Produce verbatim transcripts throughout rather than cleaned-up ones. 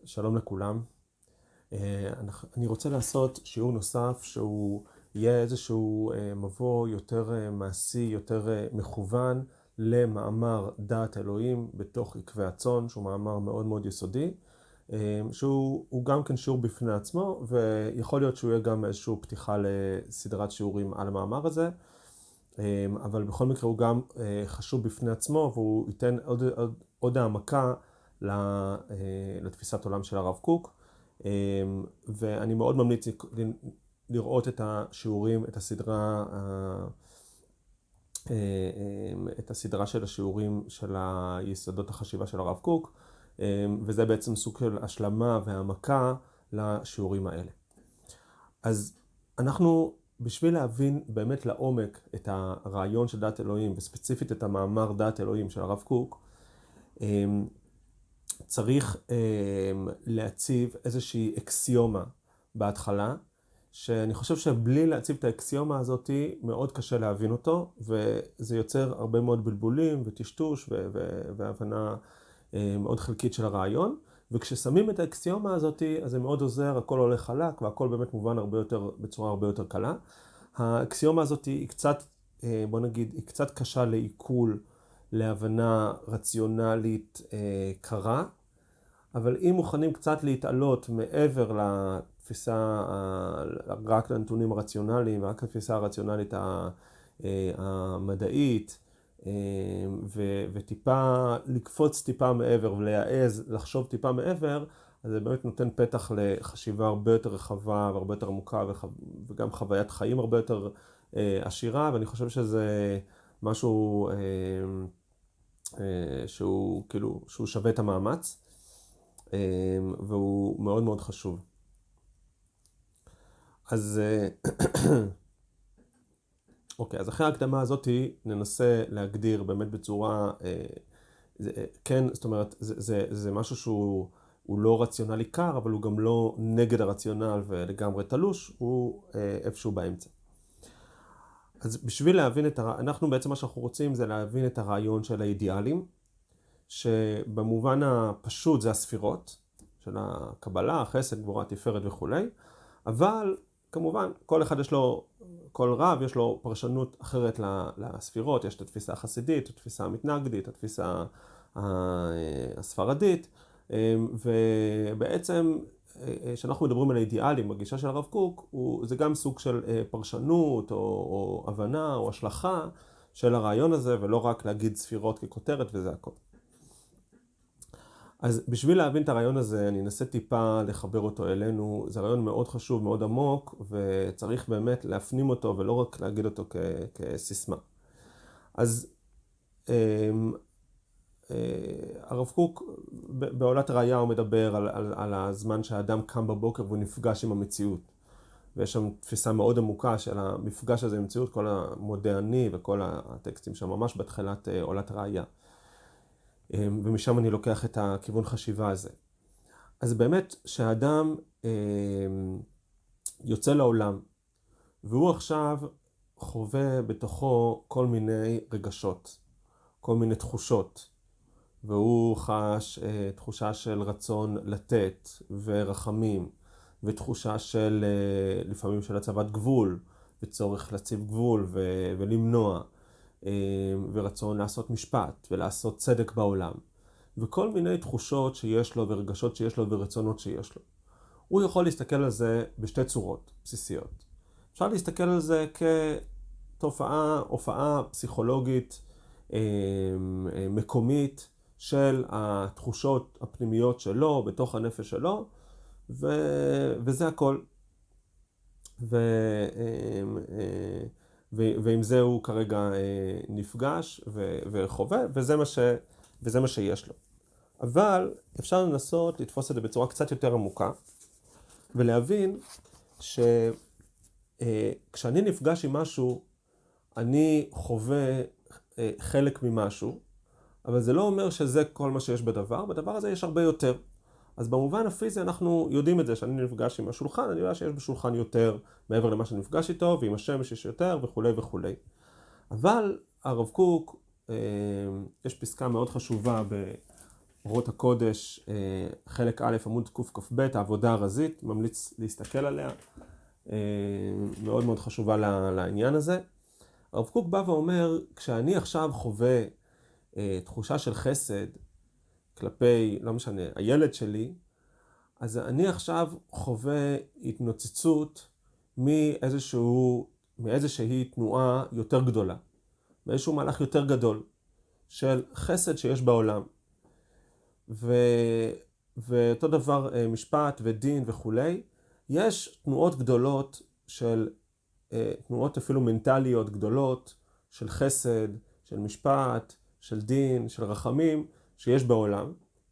שלום לכולם. אני רוצה לעשות שיעור נוסף שהוא יהיה איזשהו מבוא יותר מעשי, יותר מכוון למאמר דעת אלוהים בתוך עקבי הצאן, שהוא מאמר מאוד מאוד יסודי, שהוא גם כן שיעור בפני עצמו, ויכול להיות שהוא יהיה גם איזשהו פתיחה לסדרת שיעורים על המאמר הזה, אבל בכל מקרה הוא גם חשוב בפני עצמו, והוא ייתן עוד, עוד, עוד העמקה לתפיסת עולם של הרב קוק, ואני מאוד ממליץ לראות את השיעורים, את הסדרה, את הסדרה של השיעורים של היסודות החשיבה של הרב קוק, וזה בעצם סוג של השלמה והעמקה לשיעורים האלה. אז אנחנו, בשביל להבין באמת לעומק את הרעיון של דעת אלוהים, וספציפית את המאמר דעת אלוהים של הרב קוק, צריך להציב איזושהי אקסיומה בהתחלה, שאני חושב שבלי להציב את האקסיומה הזאת מאוד קשה להבין אותו, וזה יוצר הרבה מאוד בלבולים וטשטוש והבנה מאוד חלקית של הרעיון, וכששמים את האקסיומה הזאת אז זה מאוד עוזר, הכל הולך חלק והכל באמת מובן הרבה יותר, בצורה הרבה יותר קלה. האקסיומה הזאת היא קצת, בוא נגיד, היא קצת קשה לעיכול, להבנה רציונלית אה, קרה, אבל אם מוכנים קצת להתעלות מעבר לתפיסה, רק לנתונים הרציונליים, רק לתפיסה הרציונלית המדעית, אה, ו, וטיפה לקפוץ טיפה מעבר ולהעז לחשוב טיפה מעבר, אז זה באמת נותן פתח לחשיבה הרבה יותר רחבה והרבה יותר עמוקה, וגם חוויית חיים הרבה יותר אה, עשירה, ואני חושב שזה משהו אה, אה, שהוא כאילו, שהוא שווה את המאמץ, אה, והוא מאוד מאוד חשוב. אז אה, אוקיי, אז אחרי ההקדמה הזאת ננסה להגדיר באמת בצורה, אה, זה, כן, זאת אומרת, זה, זה, זה משהו שהוא הוא לא רציונלי קר, אבל הוא גם לא נגד הרציונל ולגמרי תלוש, הוא אה, איפשהו באמצע. אז בשביל להבין את הרעיון, אנחנו בעצם מה שאנחנו רוצים זה להבין את הרעיון של האידיאלים, שבמובן הפשוט זה הספירות, של הקבלה, חסד, גבורה, תפארת וכו'. אבל כמובן, כל אחד יש לו, כל רב יש לו פרשנות אחרת לספירות, יש את התפיסה החסידית, את התפיסה המתנגדית, את התפיסה הספרדית, ובעצם כשאנחנו מדברים על האידיאלים בגישה של הרב קוק, זה גם סוג של פרשנות או, או הבנה או השלכה של הרעיון הזה, ולא רק להגיד ספירות ככותרת וזה הכל. אז בשביל להבין את הרעיון הזה, אני אנסה טיפה לחבר אותו אלינו. זה רעיון מאוד חשוב, מאוד עמוק, וצריך באמת להפנים אותו ולא רק להגיד אותו כ- כסיסמה. אז הרב קוק בעולת ראייה הוא מדבר על, על, על הזמן שהאדם קם בבוקר והוא נפגש עם המציאות. ויש שם תפיסה מאוד עמוקה של המפגש הזה עם המציאות, כל המודה אני וכל הטקסטים שם ממש בתחילת עולת ראייה. ומשם אני לוקח את הכיוון חשיבה הזה. אז באמת שהאדם יוצא לעולם, והוא עכשיו חווה בתוכו כל מיני רגשות, כל מיני תחושות, והוא חש תחושה של רצון לתת ורחמים, ותחושה של לפעמים של הצבת גבול, וצורך להציב גבול ו- ולמנוע, ורצון לעשות משפט ולעשות צדק בעולם, וכל מיני תחושות שיש לו ורגשות שיש לו ורצונות שיש לו. הוא יכול להסתכל על זה בשתי צורות בסיסיות. אפשר להסתכל על זה כתופעה, הופעה פסיכולוגית מקומית של התחושות הפנימיות שלו בתוך הנפש שלו, ו... וזה הכל. ו... ו... ועם זה הוא כרגע נפגש ו... וחווה, וזה מה ש... וזה מה שיש לו. אבל אפשר לנסות לתפוס את זה בצורה קצת יותר עמוקה, ולהבין שכשאני נפגש עם משהו, אני חווה חלק ממשהו, אבל זה לא אומר שזה כל מה שיש בדבר, בדבר הזה יש הרבה יותר. אז במובן הפיזי אנחנו יודעים את זה, שאני נפגש עם השולחן, אני יודע שיש בשולחן יותר מעבר למה שאני נפגש איתו, ועם השמש יש יותר וכו' וכו'. אבל הרב קוק, יש פסקה מאוד חשובה אורות הקודש, חלק א', עמוד קכ"ב, העבודה הרזית, ממליץ להסתכל עליה, מאוד מאוד חשובה לעניין הזה. הרב קוק בא ואומר, כשאני עכשיו חווה תחושה של חסד כלפי, לא משנה, הילד שלי, אז אני עכשיו חווה התנוצצות מאיזשהו, מאיזושהי תנועה יותר גדולה, מאיזשהו מהלך יותר גדול של חסד שיש בעולם. ו... ואותו דבר משפט ודין וכולי, יש תנועות גדולות של, תנועות אפילו מנטליות גדולות של חסד, של משפט, של דין, של רחמים, שיש בעולם.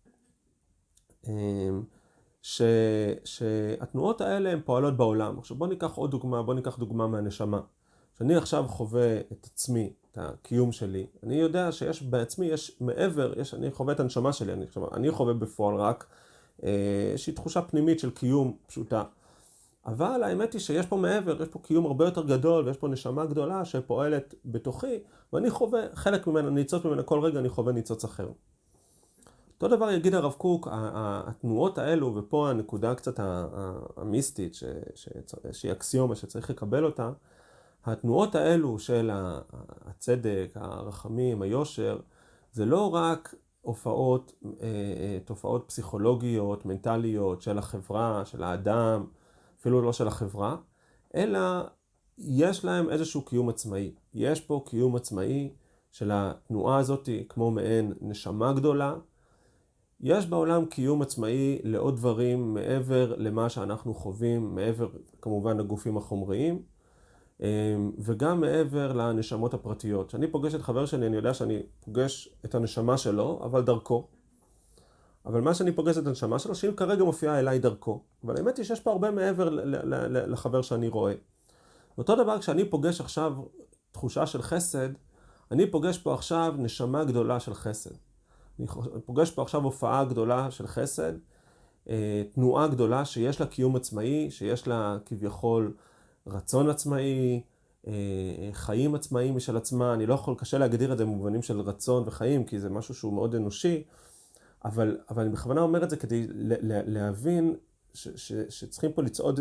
ש... שהתנועות האלה הן פועלות בעולם. עכשיו בוא ניקח עוד דוגמה, בוא ניקח דוגמה מהנשמה. שאני עכשיו חווה את עצמי, את הקיום שלי, אני יודע שיש בעצמי, יש מעבר, יש, אני חווה את הנשמה שלי, אני, אני חווה בפועל רק איזושהי תחושה פנימית של קיום פשוטה. אבל האמת היא שיש פה מעבר, יש פה קיום הרבה יותר גדול, ויש פה נשמה גדולה שפועלת בתוכי, ואני חווה חלק ממנה, ניצוץ ממנה, כל רגע אני חווה ניצוץ אחר. אותו דבר יגיד הרב קוק, התנועות האלו, ופה הנקודה קצת המיסטית, שהיא אקסיומה שצריך לקבל אותה, התנועות האלו של הצדק, הרחמים, היושר, זה לא רק הופעות, תופעות פסיכולוגיות, מנטליות של החברה, של האדם, אפילו לא של החברה, אלא יש להם איזשהו קיום עצמאי. יש פה קיום עצמאי של התנועה הזאת, כמו מעין נשמה גדולה. יש בעולם קיום עצמאי לעוד דברים מעבר למה שאנחנו חווים, מעבר כמובן לגופים החומריים, וגם מעבר לנשמות הפרטיות. כשאני פוגש את חבר שלי, אני יודע שאני פוגש את הנשמה שלו, אבל דרכו. אבל מה שאני פוגש את הנשמה שלו, שהיא כרגע מופיעה אליי דרכו. אבל האמת היא שיש פה הרבה מעבר לחבר שאני רואה. אותו דבר, כשאני פוגש עכשיו תחושה של חסד, אני פוגש פה עכשיו נשמה גדולה של חסד. אני פוגש פה עכשיו הופעה גדולה של חסד, תנועה גדולה שיש לה קיום עצמאי, שיש לה כביכול רצון עצמאי, חיים עצמאיים משל עצמה. אני לא יכול, קשה להגדיר את זה במובנים של רצון וחיים, כי זה משהו שהוא מאוד אנושי, אבל, אבל אני בכוונה אומר את זה כדי להבין ש, ש, שצריכים פה לצעוד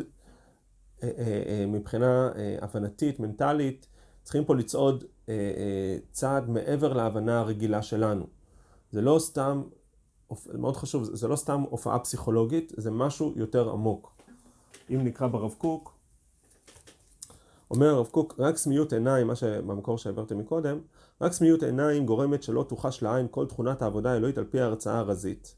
מבחינה הבנתית, מנטלית, צריכים פה לצעוד צעד מעבר להבנה הרגילה שלנו. זה לא סתם, מאוד חשוב, זה לא סתם הופעה פסיכולוגית, זה משהו יותר עמוק. אם נקרא ברב קוק, אומר הרב קוק, רק סמיות עיניים, מה שבמקור שהעברתם מקודם, רק סמיות עיניים גורמת שלא תוחש לעין כל תכונת העבודה האלוהית על פי ההרצאה הרזית,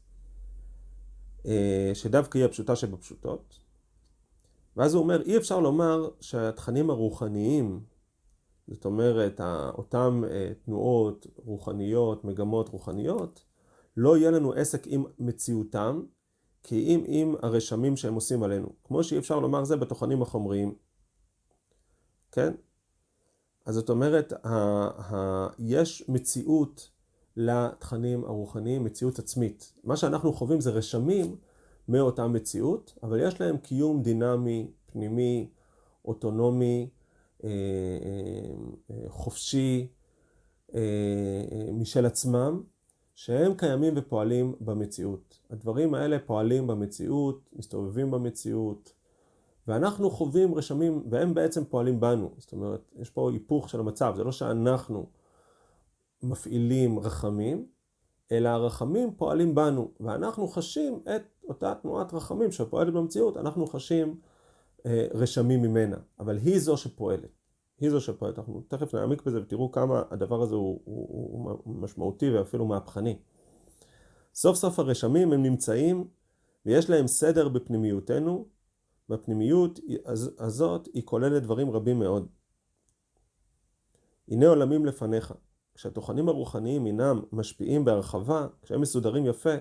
שדווקא היא הפשוטה שבפשוטות. ואז הוא אומר, אי אפשר לומר שהתכנים הרוחניים, זאת אומרת, אותם תנועות רוחניות, מגמות רוחניות, לא יהיה לנו עסק עם מציאותם, כי אם עם הרשמים שהם עושים עלינו. כמו שאי אפשר לומר זה בתוכנים החומריים. כן? אז זאת אומרת, ה- ה- יש מציאות לתכנים הרוחניים, מציאות עצמית. מה שאנחנו חווים זה רשמים מאותה מציאות, אבל יש להם קיום דינמי, פנימי, אוטונומי, חופשי, משל עצמם, שהם קיימים ופועלים במציאות. הדברים האלה פועלים במציאות, מסתובבים במציאות, ואנחנו חווים רשמים, והם בעצם פועלים בנו. זאת אומרת, יש פה היפוך של המצב. זה לא שאנחנו מפעילים רחמים, אלא הרחמים פועלים בנו, ואנחנו חשים את אותה תנועת רחמים שפועלת במציאות, אנחנו חשים אה, רשמים ממנה, אבל היא זו שפועלת. היא זו שפועלת. אנחנו תכף נעמיק בזה ותראו כמה הדבר הזה הוא, הוא, הוא משמעותי ואפילו מהפכני. סוף סוף הרשמים הם נמצאים, ויש להם סדר בפנימיותנו, והפנימיות הזאת היא כוללת דברים רבים מאוד. הנה עולמים לפניך. כשהתוכנים הרוחניים אינם משפיעים בהרחבה, כשהם מסודרים יפה,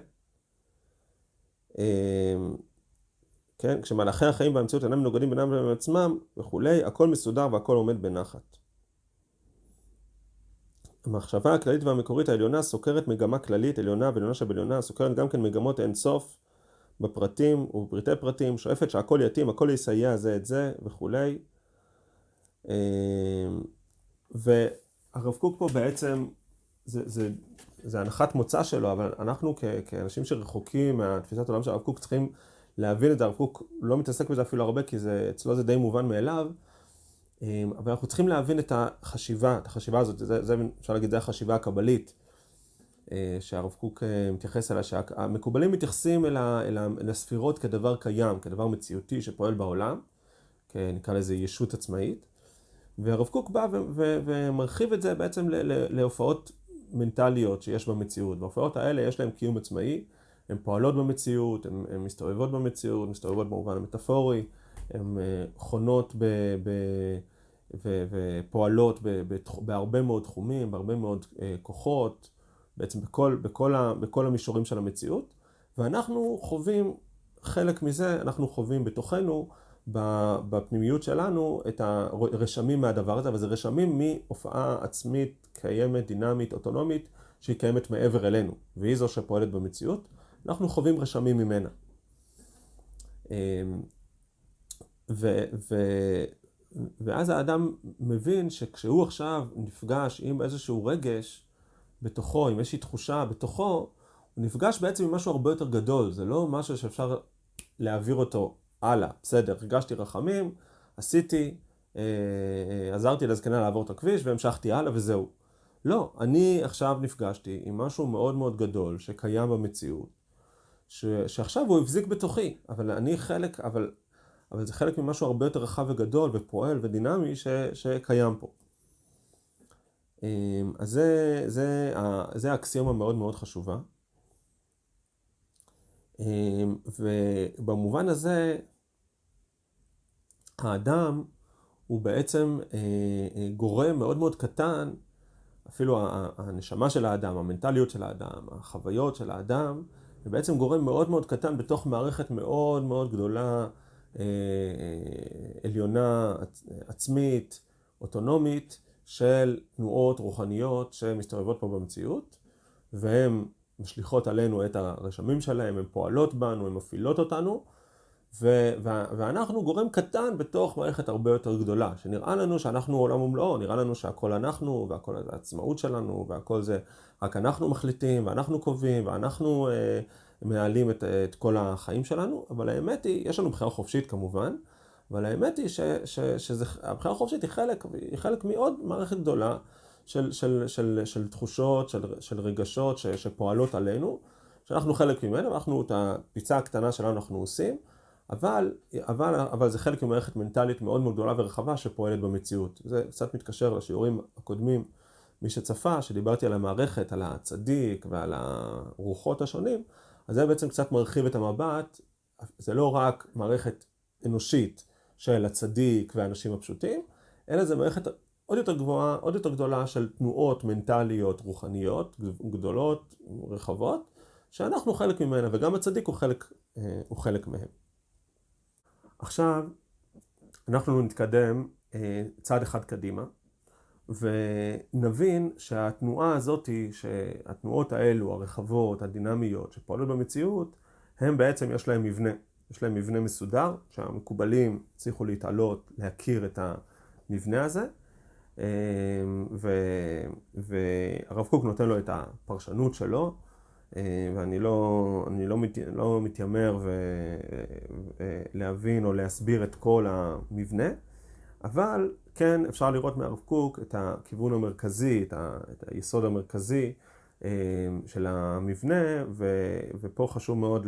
כן? כשמלאכי החיים והמציאות אינם מנוגדים בינם לבין עצמם וכולי, הכל מסודר והכל עומד בנחת. המחשבה הכללית והמקורית העליונה סוקרת מגמה כללית עליונה ועליונה שבעליונה, סוקרת גם כן מגמות אין סוף בפרטים ובפרטי פרטים, שואפת שהכל יתאים, הכל יסייע זה את זה וכולי. והרב קוק פה בעצם, זה, זה זה הנחת מוצא שלו, אבל אנחנו כ, כאנשים שרחוקים מהתפיסת העולם של הרב קוק צריכים להבין את זה. הרב קוק לא מתעסק בזה אפילו הרבה, כי זה, אצלו זה די מובן מאליו, אבל אנחנו צריכים להבין את החשיבה, את החשיבה הזאת, זה, זה אפשר להגיד, זה החשיבה הקבלית, שהרב קוק מתייחס אליה, שהמקובלים מתייחסים אל, ה, אל, ה, אל הספירות כדבר קיים, כדבר מציאותי שפועל בעולם, נקרא לזה ישות עצמאית, והרב קוק בא ו- ו- ומרחיב את זה בעצם ל- ל- להופעות מנטליות שיש במציאות. בהופעות האלה יש להם קיום עצמאי, הן פועלות במציאות, הן, הן מסתובבות במציאות, מסתובבות במובן המטאפורי, הן חונות ב- ב- ו- ופועלות ב- ב- בהרבה מאוד תחומים, בהרבה מאוד כוחות, בעצם בכל, בכל, ה- בכל המישורים של המציאות, ואנחנו חווים חלק מזה, אנחנו חווים בתוכנו, בפנימיות שלנו את הרשמים מהדבר הזה, אבל זה רשמים מהופעה עצמית, קיימת, דינמית, אוטונומית, שהיא קיימת מעבר אלינו, והיא זו שפועלת במציאות. אנחנו חווים רשמים ממנה. ו, ו, ואז האדם מבין שכשהוא עכשיו נפגש עם איזשהו רגש בתוכו, עם איזושהי תחושה בתוכו, הוא נפגש בעצם עם משהו הרבה יותר גדול. זה לא משהו שאפשר להעביר אותו הלאה. בסדר, הרגשתי רחמים, עשיתי, עזרתי לזקנה לעבור את הכביש והמשכתי הלאה וזהו. לא, אני עכשיו נפגשתי עם משהו מאוד מאוד גדול שקיים במציאות, ש, שעכשיו הוא הבזיק בתוכי, אבל אני חלק, אבל, אבל זה חלק ממשהו הרבה יותר רחב וגדול ופועל ודינמי ש, שקיים פה. אז זה, זה, זה האקסיומה מאוד מאוד חשובה. ובמובן הזה, האדם הוא בעצם גורם מאוד מאוד קטן, אפילו הנשמה של האדם, המנטליות של האדם, החוויות של האדם, זה בעצם גורם מאוד מאוד קטן בתוך מערכת מאוד מאוד גדולה, עליונה, עצמית, אוטונומית, של תנועות רוחניות שמסתובבות פה במציאות, והן משליחות עלינו את הרשמים שלהם, הן פועלות בנו, הן מפעילות אותנו, ו- ו- ואנחנו גורם קטן בתוך מערכת הרבה יותר גדולה, שנראה לנו שאנחנו עולם ומלואו, נראה לנו שהכל אנחנו, והכל זה העצמאות שלנו, והכל זה רק אנחנו מחליטים, ואנחנו קובעים, ואנחנו אה, מעלים את, את כל החיים שלנו, אבל האמת היא, יש לנו בחירה חופשית כמובן, אבל האמת היא שהבחירה החופשית היא חלק, היא חלק מעוד מערכת גדולה של, של, של, של תחושות, של, של רגשות ש, שפועלות עלינו, שאנחנו חלק ממנו, אנחנו את הפיצה הקטנה שלנו אנחנו עושים, אבל, אבל, אבל זה חלק ממערכת מנטלית מאוד מאוד גדולה ורחבה שפועלת במציאות. זה קצת מתקשר לשיעורים הקודמים, מי שצפה, שדיברתי על המערכת, על הצדיק ועל הרוחות השונים, אז זה בעצם קצת מרחיב את המבט, זה לא רק מערכת אנושית של הצדיק והאנשים הפשוטים, אלא זה מערכת עוד יותר גבוהה, עוד יותר גדולה של תנועות מנטליות, רוחניות, גדולות, רחבות, שאנחנו חלק ממנה, וגם הצדיק הוא חלק, הוא חלק מהם. עכשיו, אנחנו נתקדם צעד אחד קדימה, ונבין שהתנועה הזאת, שהתנועות האלו, הרחבות, הדינמיות, שפועלות במציאות, הם בעצם יש להם מבנה. יש להם מבנה מסודר, שהמקובלים צריכו להתעלות, להכיר את המבנה הזה, והרב קוק נותן לו את הפרשנות שלו, ואני לא, אני לא, מת, לא מתיימר להבין או להסביר את כל המבנה, אבל כן אפשר לראות מהרב קוק את הכיוון המרכזי, את, ה, את היסוד המרכזי של המבנה, ו, ופה חשוב מאוד ל,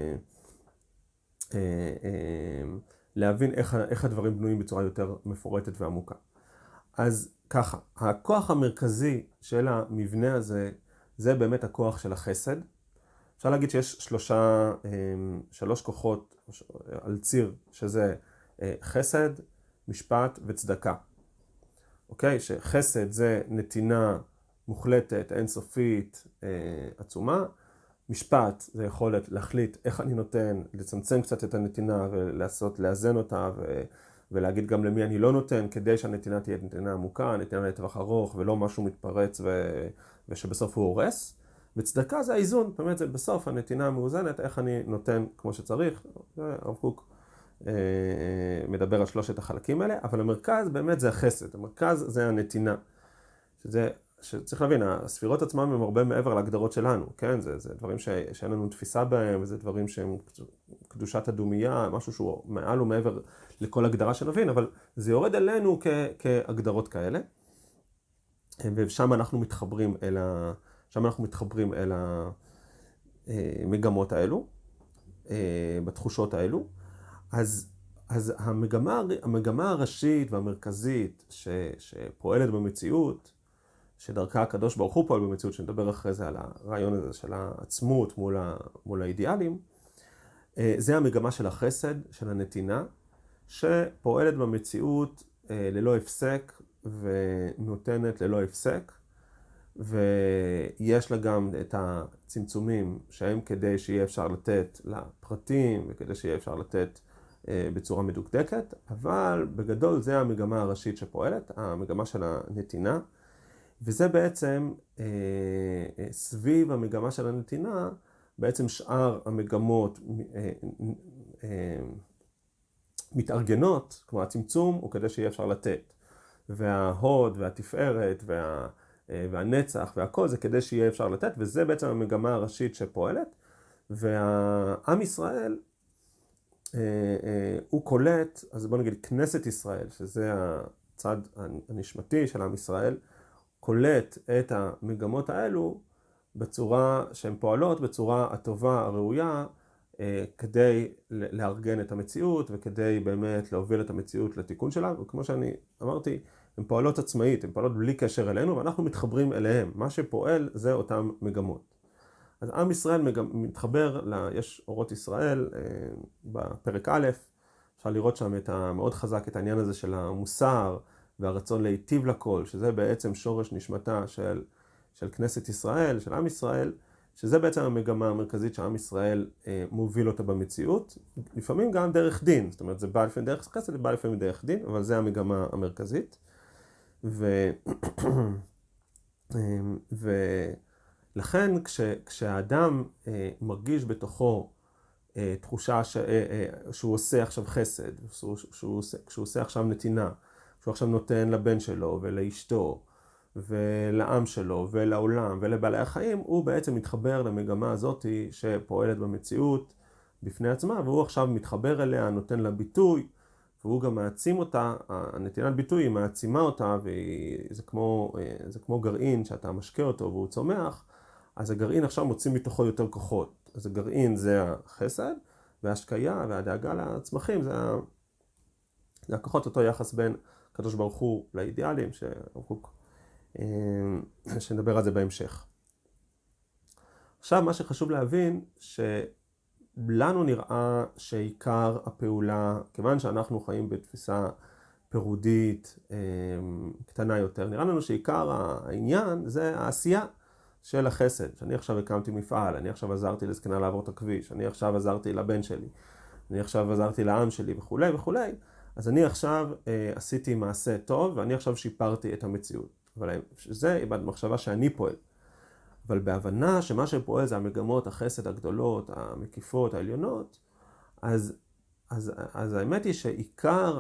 להבין איך, איך הדברים בנויים בצורה יותר מפורטת ועמוקה. אז ככה, הכוח המרכזי של המבנה הזה, זה באמת הכוח של החסד. אפשר להגיד שיש שלושה, שלוש כוחות על ציר, שזה חסד, משפט וצדקה. אוקיי? שחסד זה נתינה מוחלטת, אינסופית, עצומה. משפט זה יכולת להחליט איך אני נותן, לצמצם קצת את הנתינה ולעשות, לאזן אותה ו... ולהגיד גם למי אני לא נותן, כדי שהנתינה תהיה נתינה עמוקה, נתינה לטווח ארוך, ולא משהו מתפרץ ו... ושבסוף הוא הורס. וצדקה זה האיזון, באמת זה בסוף הנתינה המאוזנת, איך אני נותן כמו שצריך. הרב קוק אה, מדבר על שלושת החלקים האלה, אבל המרכז באמת זה החסד, המרכז זה הנתינה. שזה, שצריך להבין, הספירות עצמם הם הרבה מעבר להגדרות שלנו, כן? זה, זה דברים ש, שאין לנו תפיסה בהם, וזה דברים שהם קדושת הדומייה, משהו שהוא מעל ומעבר לכל הגדרה שנבין, אבל זה יורד אלינו כ, כהגדרות כאלה, ושם אנחנו מתחברים אל ה, שם אנחנו מתחברים אל המגמות האלו, בתחושות האלו. אז, אז המגמה, המגמה הראשית והמרכזית ש, שפועלת במציאות, שדרכה הקדוש ברוך הוא פועל במציאות, שנדבר אחרי זה על הרעיון הזה של העצמות מול, ה, מול האידיאלים, זה המגמה של החסד, של הנתינה, שפועלת במציאות ללא הפסק ונותנת ללא הפסק, ויש לה גם את הצמצומים שהם כדי שיהיה אפשר לתת לפרטים וכדי שיהיה אפשר לתת בצורה מדוקדקת, אבל בגדול זה המגמה הראשית שפועלת, המגמה של הנתינה, וזה בעצם סביב המגמה של הנתינה, בעצם שאר המגמות מתארגנות, כמו הצמצום הוא כדי שיהיה אפשר לתת, וההוד והתפארת וה... והנצח והכל זה כדי שיהיה אפשר לתת, וזה בעצם המגמה הראשית שפועלת, והעם ישראל הוא קולט, אז בוא נגיד כנסת ישראל, שזה הצד הנשמתי של עם ישראל, קולט את המגמות האלו בצורה שהן פועלות, בצורה הטובה, הראויה, כדי לארגן את המציאות וכדי באמת להוביל את המציאות לתיקון שלה, וכמו שאני אמרתי, הן פועלות עצמאית, הן פועלות בלי קשר אלינו, ואנחנו מתחברים אליהם. מה שפועל זה אותן מגמות. אז עם ישראל מתחבר, ל... יש אורות ישראל בפרק א', אפשר לראות שם את ה... מאוד חזק את העניין הזה של המוסר והרצון להיטיב לכל, שזה בעצם שורש נשמתה של, של כנסת ישראל, של עם ישראל, שזה בעצם המגמה המרכזית שעם ישראל מוביל אותה במציאות, לפעמים גם דרך דין, זאת אומרת זה בא לפעמים דרך חסד, זה בא לפעמים דרך דין, אבל זה המגמה המרכזית. ו... ולכן כש... כשהאדם מרגיש בתוכו תחושה ש... שהוא עושה עכשיו חסד, שהוא... שהוא עושה... כשהוא עושה עכשיו נתינה, שהוא עכשיו נותן לבן שלו ולאשתו ולעם שלו ולעולם ולבעלי החיים, הוא בעצם מתחבר למגמה הזאת שפועלת במציאות בפני עצמה, והוא עכשיו מתחבר אליה, נותן לה ביטוי, והוא גם מעצים אותה, הנתינת ביטוי היא מעצימה אותה, וזה כמו, זה כמו גרעין שאתה משקה אותו והוא צומח, אז הגרעין עכשיו מוצאים מתוכו יותר כוחות. אז הגרעין זה החסד, וההשקיה והדאגה לצמחים זה, זה הכוחות, אותו יחס בין הקדוש ברוך הוא לאידיאלים, שנדבר על זה בהמשך. עכשיו מה שחשוב להבין, ש... לנו נראה שעיקר הפעולה, כיוון שאנחנו חיים בתפיסה פירודית קטנה יותר, נראה לנו שעיקר העניין זה העשייה של החסד. שאני עכשיו הקמתי מפעל, אני עכשיו עזרתי לזקנה לעבור את הכביש, אני עכשיו עזרתי לבן שלי, אני עכשיו עזרתי לעם שלי וכו' וכו'. אז אני עכשיו עשיתי מעשה טוב ואני עכשיו שיפרתי את המציאות. אבל זה במחשבה שאני פועל. אבל בהבנה שמה שפועל זה המגמות, החסד הגדולות, המקיפות, העליונות, אז, אז, אז האמת היא שעיקר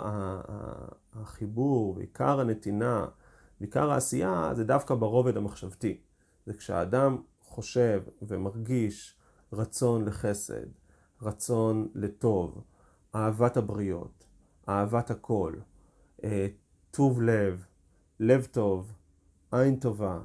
החיבור, ועיקר הנתינה, ועיקר העשייה, זה דווקא ברובד המחשבתי. זה כשהאדם חושב ומרגיש רצון לחסד, רצון לטוב, אהבת הבריות, אהבת הכל, טוב לב, לב טוב, עין טובה,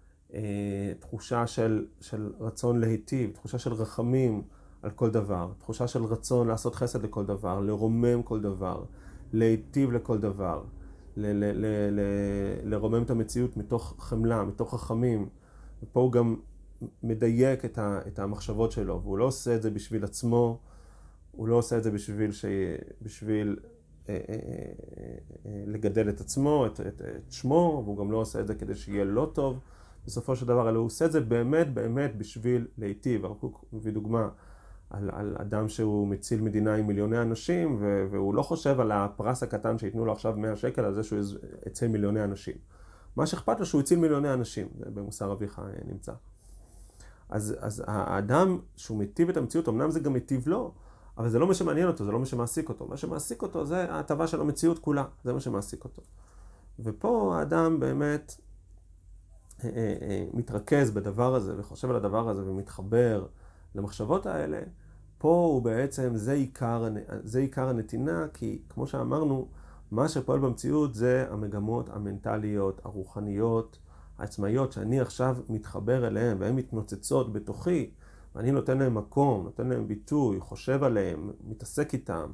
תחושה של, של רצון להיטיב, תחושה של רחמים על כל דבר, תחושה של רצון לעשות חסד לכל דבר, לרומם כל דבר, להיטיב לכל דבר, ל- ל- ל- ל- לרומם את המציאות מתוך חמלה, מתוך רחמים. ופה הוא גם מדייק את, ה- את המחשבות שלו, והוא לא עושה את זה בשביל עצמו, הוא לא עושה את זה בשביל, ש... בשביל אה, אה, אה, לגדל את עצמו, את, את, את שמו, והוא גם לא עושה את זה כדי שיהיה לא טוב. בסופו של דבר, אלא הוא עושה את זה באמת, באמת בשביל להיטיב. הרב קוק מביא דוגמה על, על אדם שהוא מציל מדינה עם מיליוני אנשים, ו, והוא לא חושב על הפרס הקטן שיתנו לו עכשיו מאה שקל על זה שהוא יצא מיליוני אנשים. מה שאכפת לו שהוא הציל מיליוני אנשים, זה במוסר אביך נמצא. אז, אז האדם שהוא מטיב את המציאות, אמנם זה גם מטיב לו, אבל זה לא מה שמעניין אותו, זה לא מה שמעסיק אותו. מה שמעסיק אותו זה ההטבה של המציאות כולה, זה מה שמעסיק אותו. ופה האדם באמת מתרכז בדבר הזה וחושב על הדבר הזה ומתחבר למחשבות האלה, פה הוא בעצם, זה עיקר, זה עיקר הנתינה, כי כמו שאמרנו, מה שפועל במציאות זה המגמות המנטליות, הרוחניות, העצמאיות, שאני עכשיו מתחבר אליהן, והן מתנוצצות בתוכי, ואני נותן להם מקום, נותן להם ביטוי, חושב עליהם, מתעסק איתם,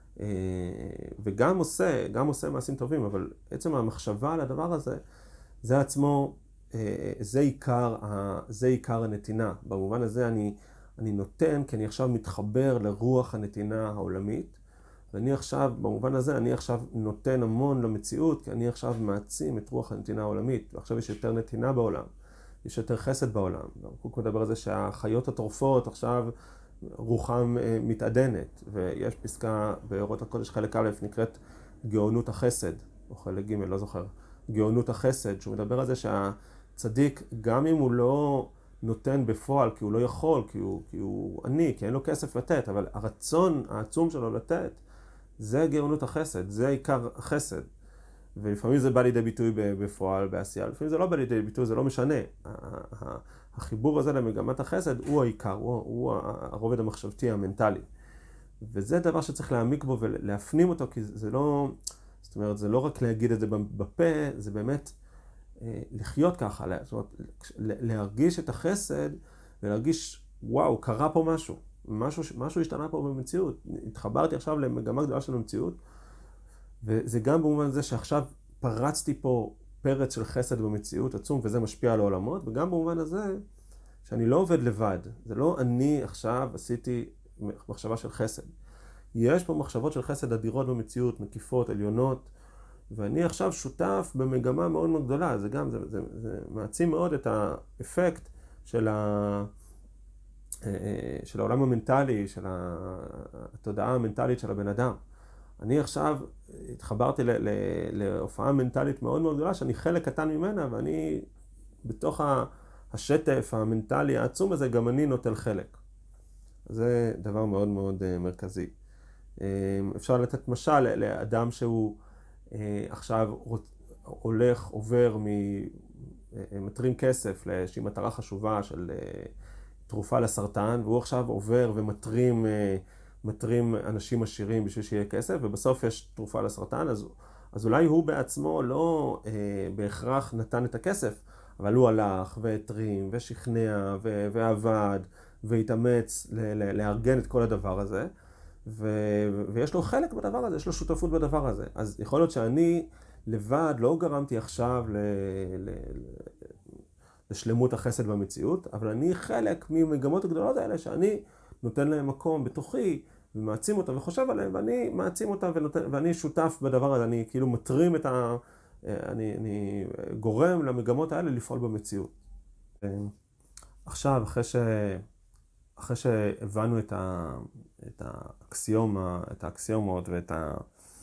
וגם עושה, גם עושה מעשים טובים, אבל עצם המחשבה על הדבר הזה, זה עצמו, זה עיקר, זה עיקר הנתינה. במובן הזה אני, אני נותן, כי אני עכשיו מתחבר לרוח הנתינה העולמית, ואני עכשיו, במובן הזה, אני עכשיו נותן המון למציאות, כי אני עכשיו מעצים את רוח הנתינה העולמית, ועכשיו יש יותר נתינה בעולם, יש יותר חסד בעולם. קוק מדבר על זה שהחיות הטורפות עכשיו רוחם מתעדנת, ויש פסקה באורות הקודש חלק א' נקראת גאונות החסד, או חלק ג', לא זוכר, גאונות החסד, שהוא מדבר על זה שהצדיק, גם אם הוא לא נותן בפועל, כי הוא לא יכול, כי הוא, כי הוא עני, כי אין לו כסף לתת, אבל הרצון העצום שלו לתת, זה גאונות החסד, זה עיקר החסד. ולפעמים זה בא לידי ביטוי בפועל, בעשייה, לפעמים זה לא בא לידי ביטוי, זה לא משנה. החיבור הזה למגמת החסד הוא העיקר, הוא, הוא הרובד המחשבתי, המנטלי. וזה דבר שצריך להעמיק בו ולהפנים אותו, כי זה לא, זאת אומרת, זה לא רק להגיד את זה בפה, זה באמת לחיות ככה, זאת אומרת, להרגיש את החסד ולהרגיש, וואו, קרה פה משהו, משהו, משהו השתנה פה במציאות. התחברתי עכשיו למגמה גדולה של המציאות, וזה גם במובן זה שעכשיו פרצתי פה פרץ של חסד במציאות עצום, וזה משפיע על העולמות, וגם במובן הזה שאני לא עובד לבד. זה לא אני עכשיו עשיתי מחשבה של חסד. יש פה מחשבות של חסד אדירות במציאות, מקיפות, עליונות, ואני עכשיו שותף במגמה מאוד מאוד גדולה. זה גם, זה, זה, זה מעצים מאוד את האפקט של, ה, של העולם המנטלי, של התודעה המנטלית של הבן אדם. אני עכשיו התחברתי ל, ל, להופעה מנטלית מאוד מאוד גדולה, שאני חלק קטן ממנה, ואני בתוך השטף המנטלי העצום הזה, גם אני נוטל חלק. זה דבר מאוד מאוד מרכזי. אפשר לתת משל לאדם שהוא עכשיו הולך, עובר, מטרים כסף לאיזושהי מטרה חשובה של תרופה לסרטן, והוא עכשיו עובר ומטרים מטרים אנשים עשירים בשביל שיהיה כסף, ובסוף יש תרופה לסרטן, אז, אז אולי הוא בעצמו לא אה, בהכרח נתן את הכסף, אבל הוא הלך והטרים ושכנע ו- ועבד והתאמץ ל- ל- לארגן את כל הדבר הזה, ו- ויש לו חלק בדבר הזה, יש לו שותפות בדבר הזה. אז יכול להיות שאני לבד לא גרמתי עכשיו ל- ל- לשלמות החסד במציאות, אבל אני חלק ממגמות הגדולות האלה שאני נותן להם מקום בתוכי, ומעצים אותם וחושב עליהם, ואני מעצים אותם ונותן, ואני שותף בדבר הזה, אני כאילו מטרים את ה... אני, אני גורם למגמות האלה לפעול במציאות. עכשיו, אחרי ש... אחרי שהבנו את ה... את האקסיומה, את האקסיומות ואת ה...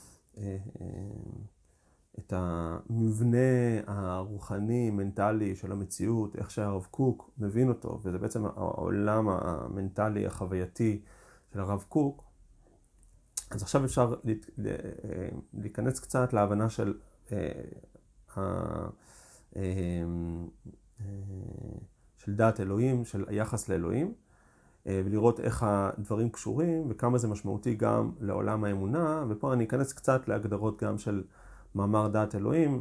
את המבנה הרוחני, מנטלי של המציאות, איך שהרב קוק מבין אותו, וזה בעצם העולם המנטלי, החווייתי של הרב קוק, אז עכשיו אפשר להיכנס קצת להבנה של, של דעת אלוהים, של היחס לאלוהים, ולראות איך הדברים קשורים וכמה זה משמעותי גם לעולם האמונה, ופה אני אכנס קצת להגדרות גם של מאמר דעת אלוהים,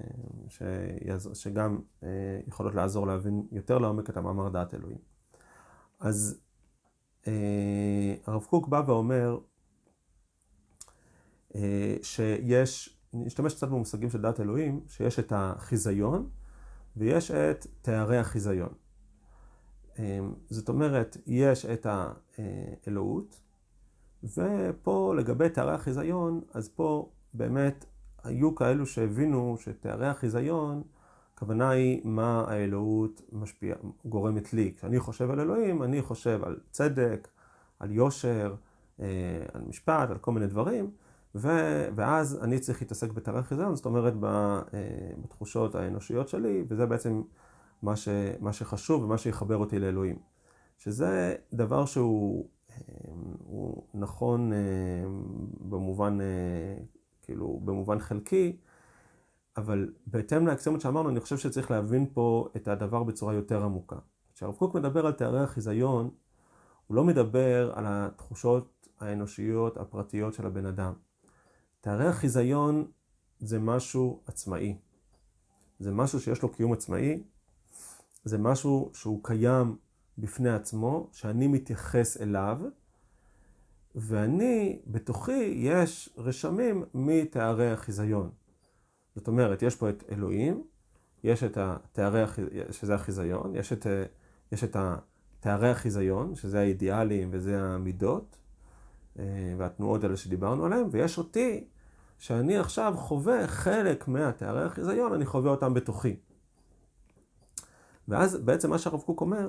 שגם יכולות לעזור להבין יותר לעומק את המאמר דעת אלוהים. אז הרב קוק בא ואומר שיש, נשתמש קצת במושגים של דעת אלוהים, שיש את החיזיון ויש את תארי החיזיון. זאת אומרת, יש את האלוהות, ופה לגבי תארי החיזיון, אז פה באמת היו כאלו שהבינו שתארי החיזיון, הכוונה היא מה האלוהות משפיע, גורמת לי. כשאני חושב על אלוהים, אני חושב על צדק, על יושר, על משפט, על כל מיני דברים, ו- ואז אני צריך להתעסק בתארי החיזיון, זאת אומרת בתחושות האנושיות שלי, וזה בעצם מה, ש- מה שחשוב ומה שיחבר אותי לאלוהים. שזה דבר שהוא הוא נכון במובן, כאילו במובן חלקי, אבל בהתאם לאקסיומות שאמרנו, אני חושב שצריך להבין פה את הדבר בצורה יותר עמוקה. כשהרב קוק מדבר על תארי החיזיון, הוא לא מדבר על התחושות האנושיות הפרטיות של הבן אדם. תארי החיזיון זה משהו עצמאי. זה משהו שיש לו קיום עצמאי, זה משהו שהוא קיים בפני עצמו, שאני מתייחס אליו, ואני, בתוכי, יש רשמים מתארי החיזיון. זאת אומרת, יש פה את אלוהים, יש את התארי, שזה החיזיון, יש את, יש את תארי החיזיון, שזה האידיאלים וזה המידות, והתנועות האלה שדיברנו עליהם, ויש אותי, שאני עכשיו חווה חלק מהתארי החיזיון, אני חווה אותם בתוכי. ואז בעצם מה שהרב קוק אומר,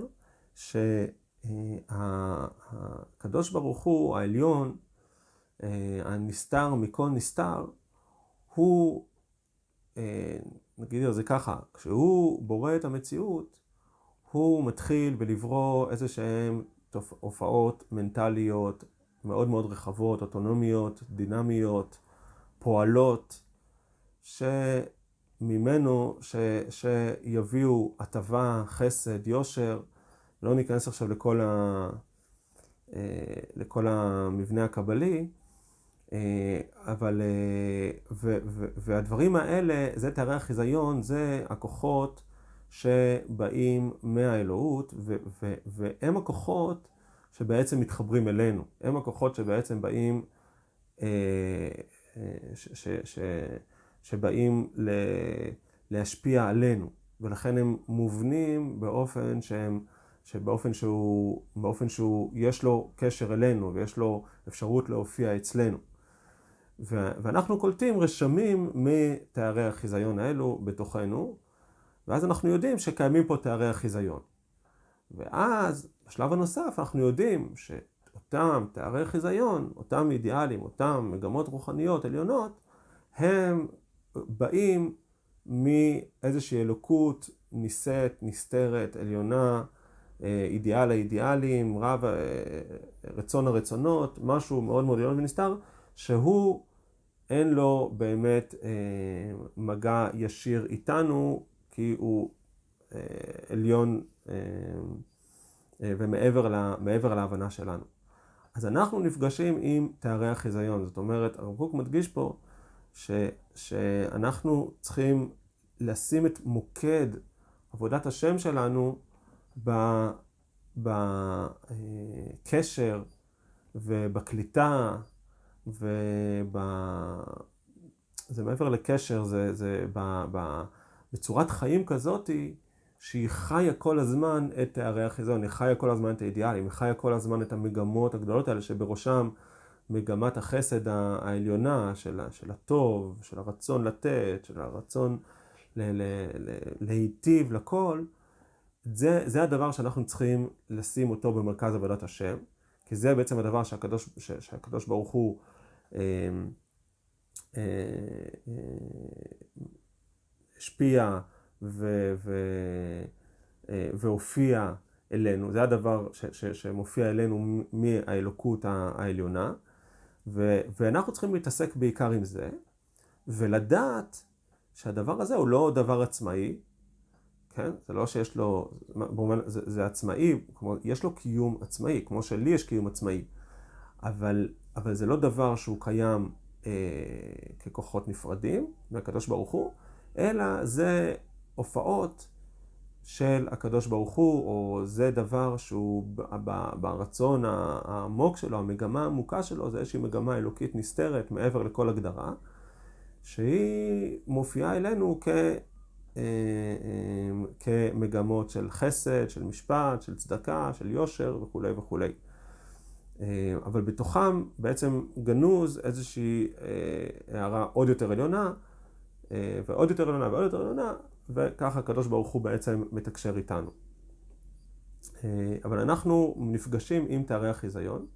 שהקדוש ברוך הוא, העליון, הנסתר מכל נסתר, הוא, נגיד את זה ככה, כשהוא בורא את המציאות, הוא מתחיל בלברוא איזה שהן הופעות מנטליות מאוד מאוד רחבות, אוטונומיות, דינמיות, פועלות, שממנו, ש, שיביאו הטבה, חסד, יושר. לא ניכנס עכשיו לכל, ה, לכל המבנה הקבלי, אבל, ו, ו, והדברים האלה, זה תארי החיזיון, זה הכוחות שבאים מהאלוהות, ו, ו, והם הכוחות שבעצם מתחברים אלינו. הם הכוחות שבעצם באים, ש, ש, ש, שבאים ל, להשפיע עלינו, ולכן הם מובנים באופן שהם, שבאופן שהוא, באופן שהוא, יש לו קשר אלינו, ויש לו אפשרות להופיע אצלנו. ואנחנו קולטים רשמים מתארי החיזיון האלו בתוכנו, ואז אנחנו יודעים שקיימים פה תארי החיזיון. ואז בשלב הנוסף אנחנו יודעים שאותם תארי חיזיון, אותם אידיאלים, אותם מגמות רוחניות עליונות, הם באים מאיזושהי אלוקות ניסית, נסתרת, עליונה, אידיאל האידיאלים, רב רצון הרצונות, משהו מאוד מאוד עליון ונסתר, שהוא אין לו באמת אה, מגע ישיר איתנו, כי הוא אה, עליון אה, אה, ומעבר לה, מעבר להבנה שלנו. אז אנחנו נפגשים עם תארי החיזיון. זאת אומרת, הרב קוק מדגיש פה ש, שאנחנו צריכים לשים את מוקד עבודת השם שלנו בקשר ובקליטה, וב... זה מעבר לקשר, זה, זה ב... ב... בצורת חיים כזאת שהיא חיה כל הזמן את תארי החיזיון, היא חיה כל הזמן את האידיאלים, היא חיה כל הזמן את המגמות הגדולות האלה שבראשם מגמת החסד העליונה של, של הטוב, של הרצון לתת, של הרצון ל... ל... ל... להיטיב לכל. זה, זה הדבר שאנחנו צריכים לשים אותו במרכז עבודת השם, כי זה בעצם הדבר שהקדוש, שהקדוש ברוך הוא אה, אה, אה, השפיע ו, ו, אה, והופיע אלינו. זה הדבר ש, ש, שמופיע אלינו מהאלוקות העליונה, ו, ואנחנו צריכים להתעסק בעיקר עם זה, ולדעת שהדבר הזה הוא לא דבר עצמאי, כן? זה לא שיש לו, זה, זה עצמאי, כמו, יש לו קיום עצמאי, כמו שלי יש קיום עצמאי, אבל, אבל זה לא דבר שהוא קיים אה, ככוחות נפרדים מהקדוש ברוך הוא, אלא זה הופעות של הקדוש ברוך הוא, או זה דבר שהוא ברצון העמוק שלו, המגמה העמוקה שלו, זה איזושהי מגמה אלוקית נסתרת מעבר לכל הגדרה, שהיא מופיעה אלינו כ... כמגמות של חסד, של משפט, של צדקה, של יושר וכו' וכו'. אבל בתוכם בעצם גנוז איזושהי הערה עוד יותר עליונה, ועוד יותר עליונה ועוד יותר עליונה, וככה הקדוש ברוך הוא בעצם מתקשר איתנו. אבל אנחנו נפגשים עם תארי החיזיון,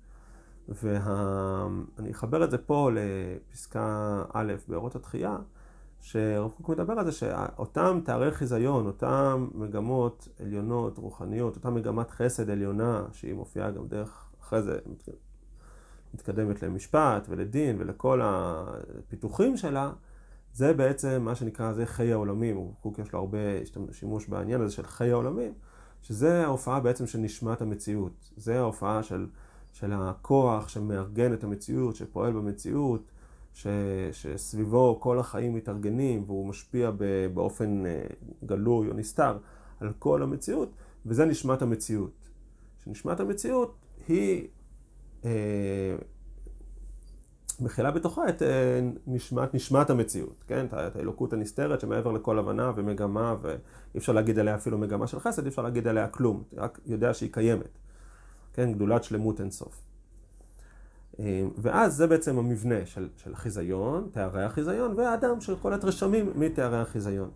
ואני אחבר את זה פה לפסקה א' באורות התחייה, שרב קוק מדבר על זה שאותם תארי חיזיון, אותם מגמות עליונות, רוחניות, אותה מגמת חסד עליונה, שהיא מופיעה גם דרך, אחרי זה מתקדמת למשפט ולדין ולכל הפיתוחים שלה, זה בעצם מה שנקרא, זה חיי העולמים, קוק יש לו הרבה שימוש בעניין הזה של חיי העולמים, שזה ההופעה בעצם של נשמת המציאות. זה ההופעה של, של הכוח שמארגן את המציאות, שפועל במציאות, ש, שסביבו כל החיים מתארגנים, והוא משפיע באופן גלוי או נסתר על כל המציאות, וזה נשמת המציאות. שנשמת המציאות היא אה, מכילה בתוכה את אה, נשמת, נשמת המציאות, כן? את האלוקות הנסתרת שמעבר לכל הבנה ומגמה, ואי אפשר להגיד עליה אפילו מגמה של חסד, אי אפשר להגיד עליה כלום, רק יודע שהיא קיימת, כן? גדולת שלמות אינסוף. אה, ואז זה בעצם המבנה של, של החיזיון, תארי החיזיון, והאדם של כל התרשמים מתארי החיזיון.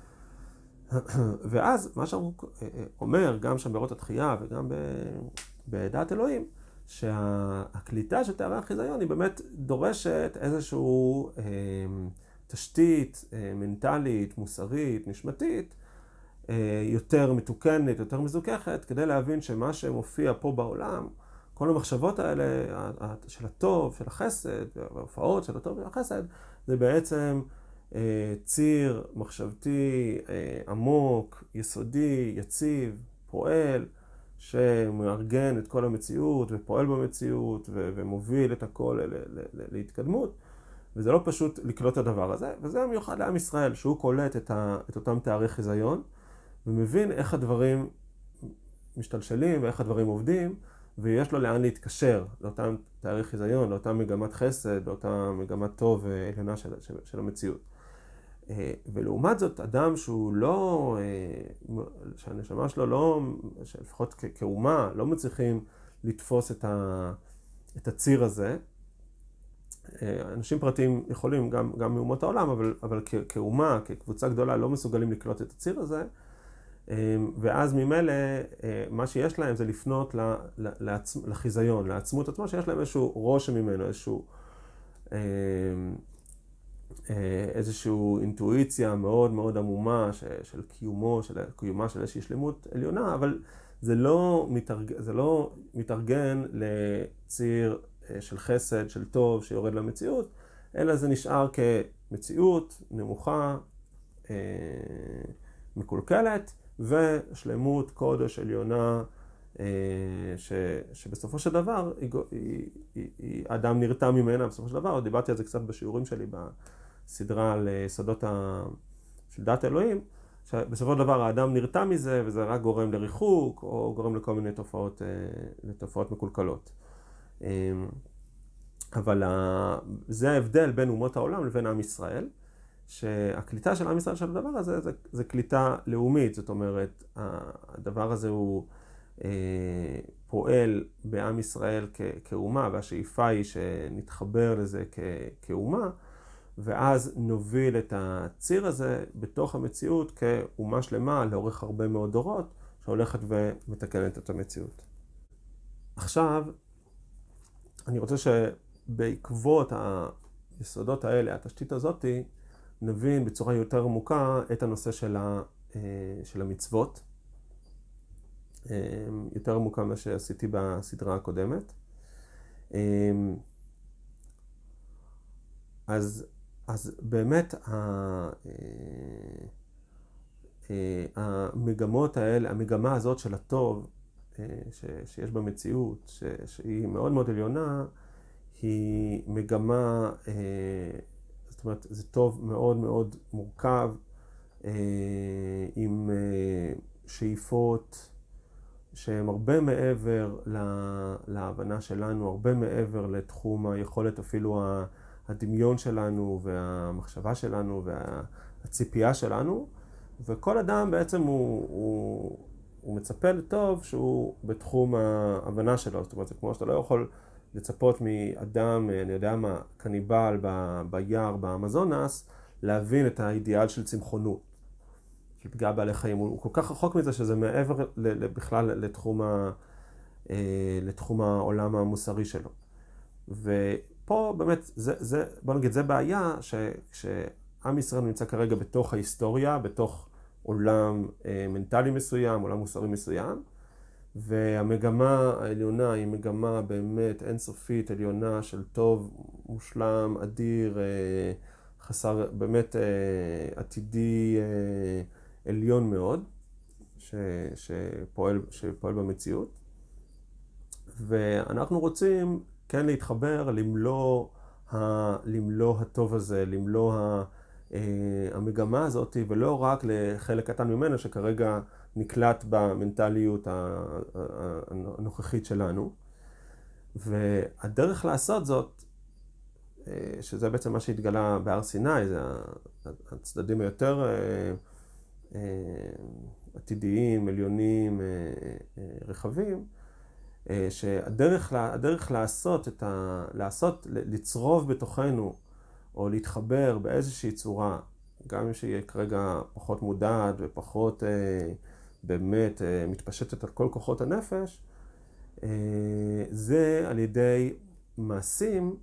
ואז מה שהוא אומר, גם שם באות התחייה וגם בדעת אלוהים, שהקליטה של תארי החיזיון היא באמת דורשת איזושהי אה, תשתית אה, מנטלית, מוסרית, נשמתית, אה, יותר מתוקנת, יותר מזוכחת, כדי להבין שמה שמופיע פה בעולם, כל המחשבות האלה של הטוב, של החסד, וההופעות של הטוב והחסד, זה בעצם ציר מחשבתי עמוק, יסודי, יציב, פועל, שמארגן את כל המציאות ופועל במציאות ומוביל את הכל להתקדמות. וזה לא פשוט לקלוט את הדבר הזה, וזה מיוחד לעם ישראל, שהוא קולט את, ה, את אותם תארי חיזיון, ומבין איך הדברים משתלשלים ואיך הדברים עובדים, ויש לו לאן להתקשר לאותם תארי חיזיון, לאותה מגמת חסד, לאותה מגמת טוב עליונה של, של, של המציאות. ולעומת זאת, אדם שהוא לא, שהנשמה שלו לא, שלפחות כאומה, לא מצליחים לתפוס את, ה, את הציר הזה. אנשים פרטיים יכולים גם, גם מאומות העולם, אבל, אבל כאומה, כקבוצה גדולה, לא מסוגלים לקלוט את הציר הזה. ואז ממילא, מה שיש להם זה לפנות לחיזיון, לעצמות עצמו, שיש להם איזשהו רושם ממנו, איזשהו... איזושהי אינטואיציה מאוד מאוד עמומה של קיומו, של קיומה של איזושהי שלמות עליונה, אבל זה לא מתארגן, זה לא מתארגן לציר של חסד, של טוב, שיורד למציאות, אלא זה נשאר כמציאות נמוכה, מקולקלת, ושלמות קודש עליונה, ש, שבסופו של דבר, היא, היא, היא, היא, אדם נרתע ממנה בסופו של דבר, דיברתי על זה קצת בשיעורים שלי בסדרה על יסודות ה... של דת אלוהים, שבסופו של דבר האדם נרתע מזה, וזה רק גורם לריחוק, או גורם לכל מיני תופעות, לתופעות מקולקלות. אבל זה ההבדל בין אומות העולם לבין עם ישראל, שהקליטה של עם ישראל של הדבר הזה, זה, זה קליטה לאומית, זאת אומרת, הדבר הזה הוא פועל בעם ישראל כאומה, והשאיפה היא שנתחבר לזה כאומה, ואז נוביל את הציר הזה בתוך המציאות כאומה שלמה לאורך הרבה מאוד דורות, שהולכת ומתקנת את המציאות. עכשיו, אני רוצה שבעקבות היסודות האלה, התשתית הזאת, נבין בצורה יותר עמוקה את הנושא של, ה, של המצוות. יותר עמוקה מה שעשיתי בסדרה הקודמת. אז, אז באמת המגמות האלה, המגמה הזאת של הטוב שיש במציאות, שהיא מאוד מאוד עליונה, היא מגמה, זאת אומרת, זה טוב מאוד מאוד מורכב, עם שאיפות שהן הרבה מעבר להבנה שלנו, הרבה מעבר לתחום היכולת אפילו הדמיון שלנו והמחשבה שלנו והציפייה שלנו, וכל אדם בעצם הוא, הוא, הוא מצפה לטוב שהוא בתחום ההבנה שלו. זאת אומרת, זה כמו שאתה לא יכול לצפות מאדם, אני יודע מה, קניבל ב, ביער באמזונס, להבין את האידיאל של צמחונות, של פגיעה בעלי חיים. הוא כל כך רחוק מזה שזה מעבר בכלל לתחום, ה, לתחום העולם המוסרי שלו. ופה באמת, זה, זה, בוא נגיד, זה בעיה שעם ישראל נמצא כרגע בתוך ההיסטוריה, בתוך עולם מנטלי מסוים, עולם מוסרי מסוים, והמגמה העליונה היא מגמה באמת אינסופית, עליונה של טוב, מושלם, אדיר, חסר באמת עתידי עליון מאוד, ש, שפועל, שפועל במציאות. ואנחנו רוצים כן להתחבר למלוא, ה, למלוא הטוב הזה, למלוא ה, המגמה הזאת, ולא רק לחלק קטן ממנו שכרגע נקלט במנטליות הנוכחית שלנו. והדרך לעשות זאת, שזה בעצם מה שהתגלה בהר סיני, זה הצדדים היותר עתידיים, עליונים, רחבים, שהדרך הדרך לעשות את ה... לעשות, לצרוב בתוכנו, או להתחבר באיזושהי צורה, גם אם שיהיה כרגע פחות מודעת ופחות באמת מתפשטת על כל כוחות הנפש, זה על ידי מעשים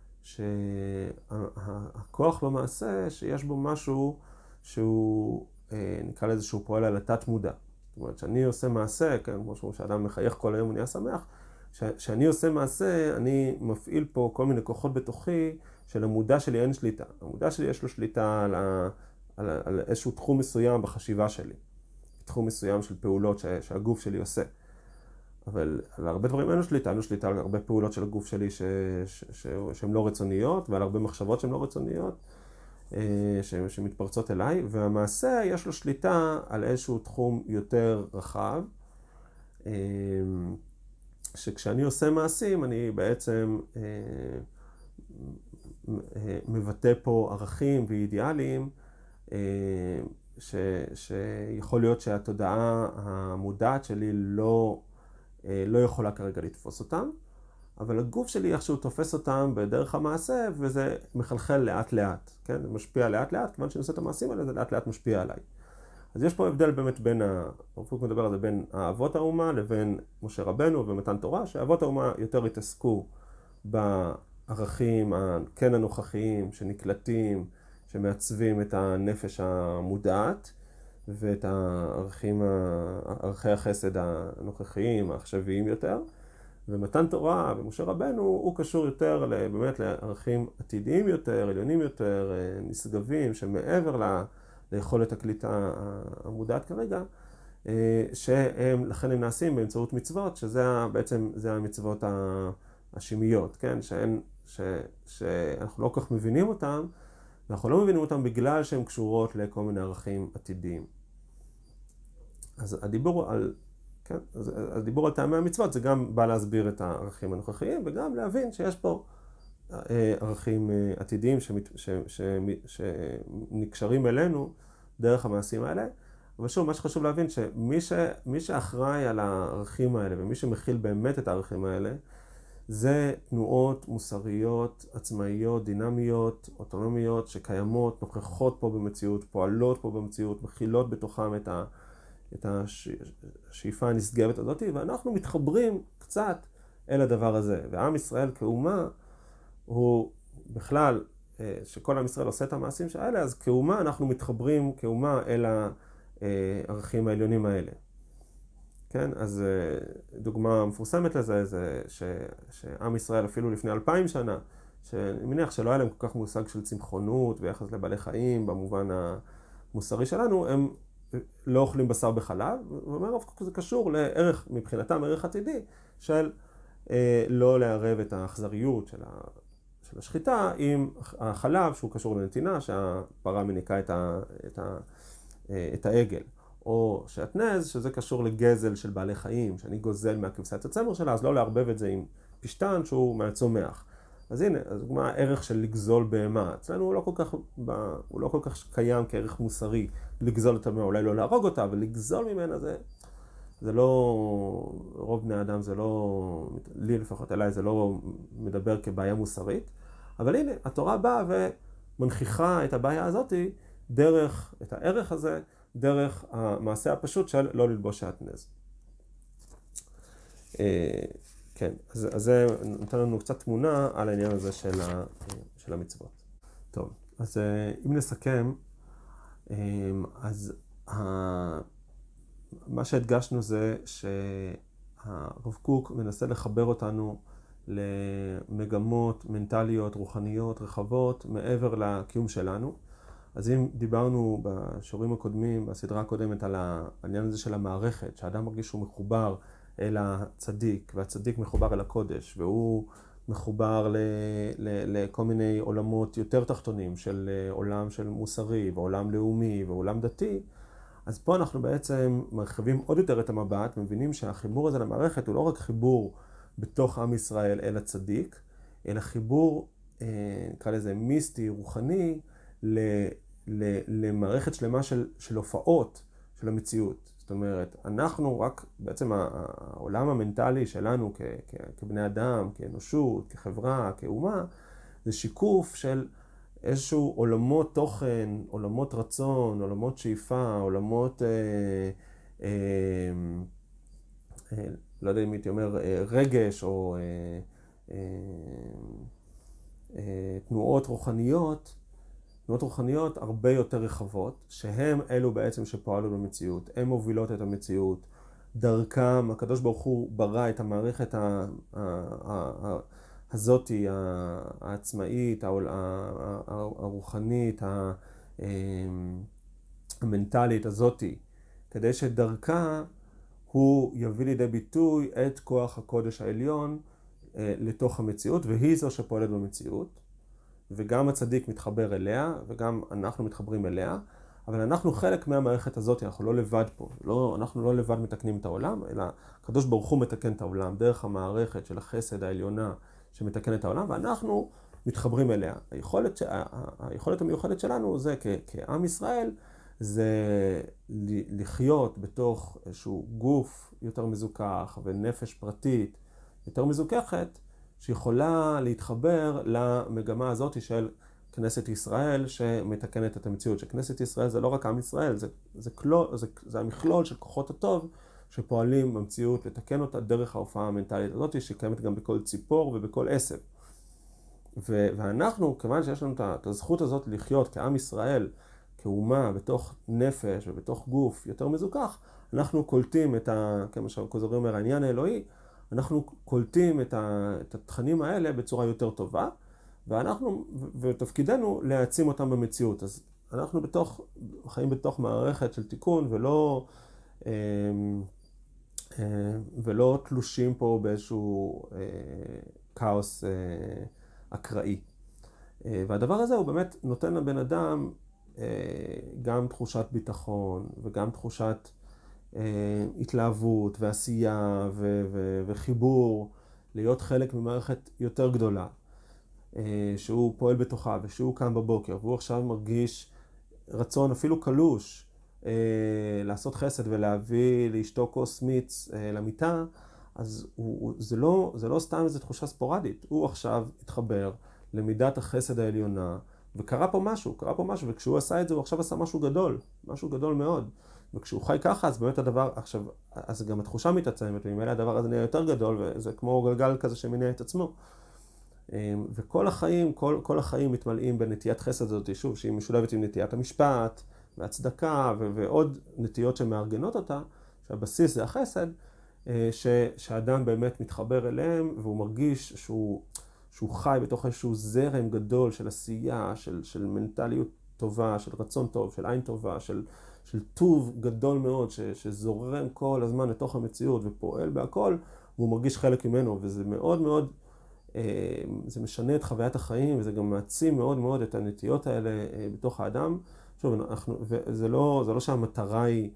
שהכוח במעשה שיש בו משהו שהוא נקרא לזה שהוא פועל על התת מודע. זאת אומרת, שאני עושה מעשה, כן, כמו שאדם מחייך כל היום ונהיה שמח, שאני עושה מעשה, אני מפעיל פה כל מיני כוחות בתוכי של המודע שלי אין שליטה. המודע שלי יש לו שליטה על, ה, על, על איזשהו תחום מסוים בחשיבה שלי. תחום מסוים של פעולות ש, שהגוף שלי עושה. אבל על הרבה דברים אין לו שליטה, אין לו שליטה על הרבה פעולות של הגוף שלי ש, ש, ש, שהן לא רצוניות, ועל הרבה מחשבות שהן לא רצוניות, ש, שמתפרצות אליי, והמעשה יש לו שליטה על איזשהו תחום יותר רחב, שכשאני עושה מעשים, אני בעצם מבטא פה ערכים ואידיאלים, ש, שיכול להיות שהתודעה המודעת שלי לא, לא יכולה כרגע לתפוס אותם, אבל הגוף שלי איכשהו תופס אותם בדרך המעשה, וזה מחלחל לאט לאט, כן? זה משפיע לאט לאט, כיוון שאני עושה את המעשים האלה, זה לאט לאט משפיע עליי. אז יש פה הבדל באמת בין, הרב קוק מדבר על זה, בין האבות האומה לבין משה רבנו ומתן תורה, שהאבות האומה יותר התעסקו בערכים כן הנוכחיים, שנקלטים, שמעצבים את הנפש המודעת, ואת הערכים, ערכי החסד הנוכחיים, העכשוויים יותר. ומתן תורה ומשה רבנו הוא קשור יותר באמת לערכים עתידיים יותר, עליונים יותר, נשגבים, שמעבר ל... ליכולת הקליטה המודעת כרגע, שהם, לכן הם נעשים באמצעות מצוות, שזה בעצם, זה המצוות השמיות, כן? שאין, ש, שאנחנו לא כל כך מבינים אותם, ואנחנו לא מבינים אותם בגלל שהן קשורות לכל מיני ערכים עתידיים. אז הדיבור על, כן, אז הדיבור על טעמי המצוות זה גם בא להסביר את הערכים הנוכחיים, וגם להבין שיש פה ערכים עתידיים שמת, ש, ש, ש, שנקשרים אלינו דרך המעשים האלה. אבל שוב, מה שחשוב להבין שמי ש, מי שאחראי על הערכים האלה ומי שמכיל באמת את הערכים האלה, זה תנועות מוסריות, עצמאיות, דינמיות, אוטונומיות, שקיימות, נוכחות פה במציאות, פועלות פה במציאות, מכילות בתוכם את, ה, את השאיפה הנשגבת הזאת, ואנחנו מתחברים קצת אל הדבר הזה. ועם ישראל כאומה, הוא בכלל, שכל עם ישראל עושה את המעשים האלה, אז כאומה אנחנו מתחברים כאומה אל הערכים העליונים האלה. כן, אז דוגמה מפורסמת לזה, זה ש, שעם ישראל אפילו לפני אלפיים שנה, שאני מניח שלא היה להם כל כך מושג של צמחונות ויחס לבעלי חיים במובן המוסרי שלנו, הם לא אוכלים בשר בחלב, ואומר, זה קשור לערך, מבחינתם ערך עתידי, של לא לערב את האכזריות של ה... של השחיטה עם החלב שהוא קשור לנתינה, שהפרה מניקה את, ה, את, ה, את העגל. או שעטנז, שזה קשור לגזל של בעלי חיים, שאני גוזל מהכבשת הצמר שלה, אז לא לערבב את זה עם פשטן שהוא מהצומח. אז הנה, אז דוגמה, הערך של לגזול בהמה. אצלנו הוא לא כל כך, הוא לא כל כך קיים כערך מוסרי לגזול את הבהמה, אולי לא להרוג אותה, אבל לגזול ממנה זה, זה לא, רוב בני האדם זה לא, לי לפחות אליי זה לא מדבר כבעיה מוסרית, אבל הנה, התורה באה ומנכיחה את הבעיה הזאת דרך, את הערך הזה, דרך המעשה הפשוט של לא ללבוש שעטנז. כן, אז, אז זה נותן לנו קצת תמונה על העניין הזה של, ה, של המצוות. טוב, אז אם נסכם, אז ה... מה שהדגשנו זה שהרב קוק מנסה לחבר אותנו למגמות מנטליות, רוחניות, רחבות, מעבר לקיום שלנו. אז אם דיברנו בשיעורים הקודמים, בסדרה הקודמת, על העניין הזה של המערכת, שהאדם מרגיש שהוא מחובר אל הצדיק, והצדיק מחובר אל הקודש, והוא מחובר ל, ל, לכל מיני עולמות יותר תחתונים, של עולם של מוסרי, ועולם לאומי, ועולם דתי, אז פה אנחנו בעצם מרחיבים עוד יותר את המבט, ומבינים שהחיבור הזה למערכת הוא לא רק חיבור בתוך עם ישראל אל הצדיק, אלא חיבור, נקרא לזה מיסטי, רוחני, ל, ל, למערכת שלמה של, של הופעות של המציאות. זאת אומרת, אנחנו רק, בעצם העולם המנטלי שלנו כ, כ, כבני אדם, כאנושות, כחברה, כאומה, זה שיקוף של איזשהו עולמות תוכן, עולמות רצון, עולמות שאיפה, עולמות, אה, אה, אה, לא יודע אם הייתי אומר, אה, רגש או אה, אה, אה, תנועות רוחניות, תנועות רוחניות הרבה יותר רחבות, שהם אלו בעצם שפועלו במציאות, הן מובילות את המציאות, דרכם, הקדוש ברוך הוא ברא את המערכת ה... ה, ה, ה הזאתי, העצמאית, הרוחנית, המנטלית הזאתי, כדי שדרכה הוא יביא לידי ביטוי את כוח הקודש העליון לתוך המציאות, והיא זו שפועלת במציאות, וגם הצדיק מתחבר אליה, וגם אנחנו מתחברים אליה, אבל אנחנו חלק מהמערכת הזאת, אנחנו לא לבד פה, לא, אנחנו לא לבד מתקנים את העולם, אלא הקדוש ברוך הוא מתקן את העולם דרך המערכת של החסד העליונה, שמתקן את העולם, ואנחנו מתחברים אליה. היכולת, היכולת המיוחדת שלנו זה כ, כעם ישראל, זה לחיות בתוך איזשהו גוף יותר מזוכח ונפש פרטית יותר מזוכחת, שיכולה להתחבר למגמה הזאת של כנסת ישראל שמתקנת את המציאות. שכנסת ישראל זה לא רק עם ישראל, זה, זה, כלול, זה, זה המכלול של כוחות הטוב שפועלים במציאות לתקן אותה דרך ההופעה המנטלית הזאת, שקיימת גם בכל ציפור ובכל עשב. ו- ואנחנו, כיוון שיש לנו את הזכות הזאת לחיות כעם ישראל, כאומה, בתוך נפש ובתוך גוף יותר מזוכח, אנחנו קולטים את ה... כמו שהכוזרי אומר, העניין האלוהי, אנחנו קולטים את, ה- את התכנים האלה בצורה יותר טובה, ואנחנו, ותפקידנו להעצים אותם במציאות. אז אנחנו בתוך, חיים בתוך מערכת של תיקון, ולא... ולא תלושים פה באיזשהו כאוס אקראי. והדבר הזה הוא באמת נותן לבן אדם גם תחושת ביטחון וגם תחושת התלהבות ועשייה וחיבור, להיות חלק ממערכת יותר גדולה, שהוא פועל בתוכה ושהוא קם בבוקר והוא עכשיו מרגיש רצון אפילו קלוש לעשות חסד ולהביא לאשתו כוס מיץ למיטה, אז הוא, זה, לא, זה לא סתם איזו תחושה ספורדית. הוא עכשיו התחבר למידת החסד העליונה, וקרה פה משהו, קרה פה משהו, וכשהוא עשה את זה, הוא עכשיו עשה משהו גדול, משהו גדול מאוד. וכשהוא חי ככה, אז באמת הדבר, עכשיו, אז גם התחושה מתעצמת, וממילא הדבר הזה נהיה יותר גדול, וזה כמו גלגל כזה שמניע את עצמו. וכל החיים, כל, כל החיים מתמלאים בנטיית חסד הזאת, שוב, שהיא משולבת עם נטיית המשפט, והצדקה ו- ועוד נטיות שמארגנות אותה, שהבסיס זה החסד, ש- שהאדם באמת מתחבר אליהם, והוא מרגיש שהוא, שהוא חי בתוך איזשהו זרם גדול של עשייה, של, של מנטליות טובה, של רצון טוב, של עין טובה, של, של טוב גדול מאוד, ש- שזורם כל הזמן לתוך המציאות ופועל בהכל, והוא מרגיש חלק ממנו, וזה מאוד מאוד, זה משנה את חוויית החיים, וזה גם מעצים מאוד מאוד את הנטיות האלה בתוך האדם. שוב, אנחנו, וזה לא, זה לא שהמטרה היא,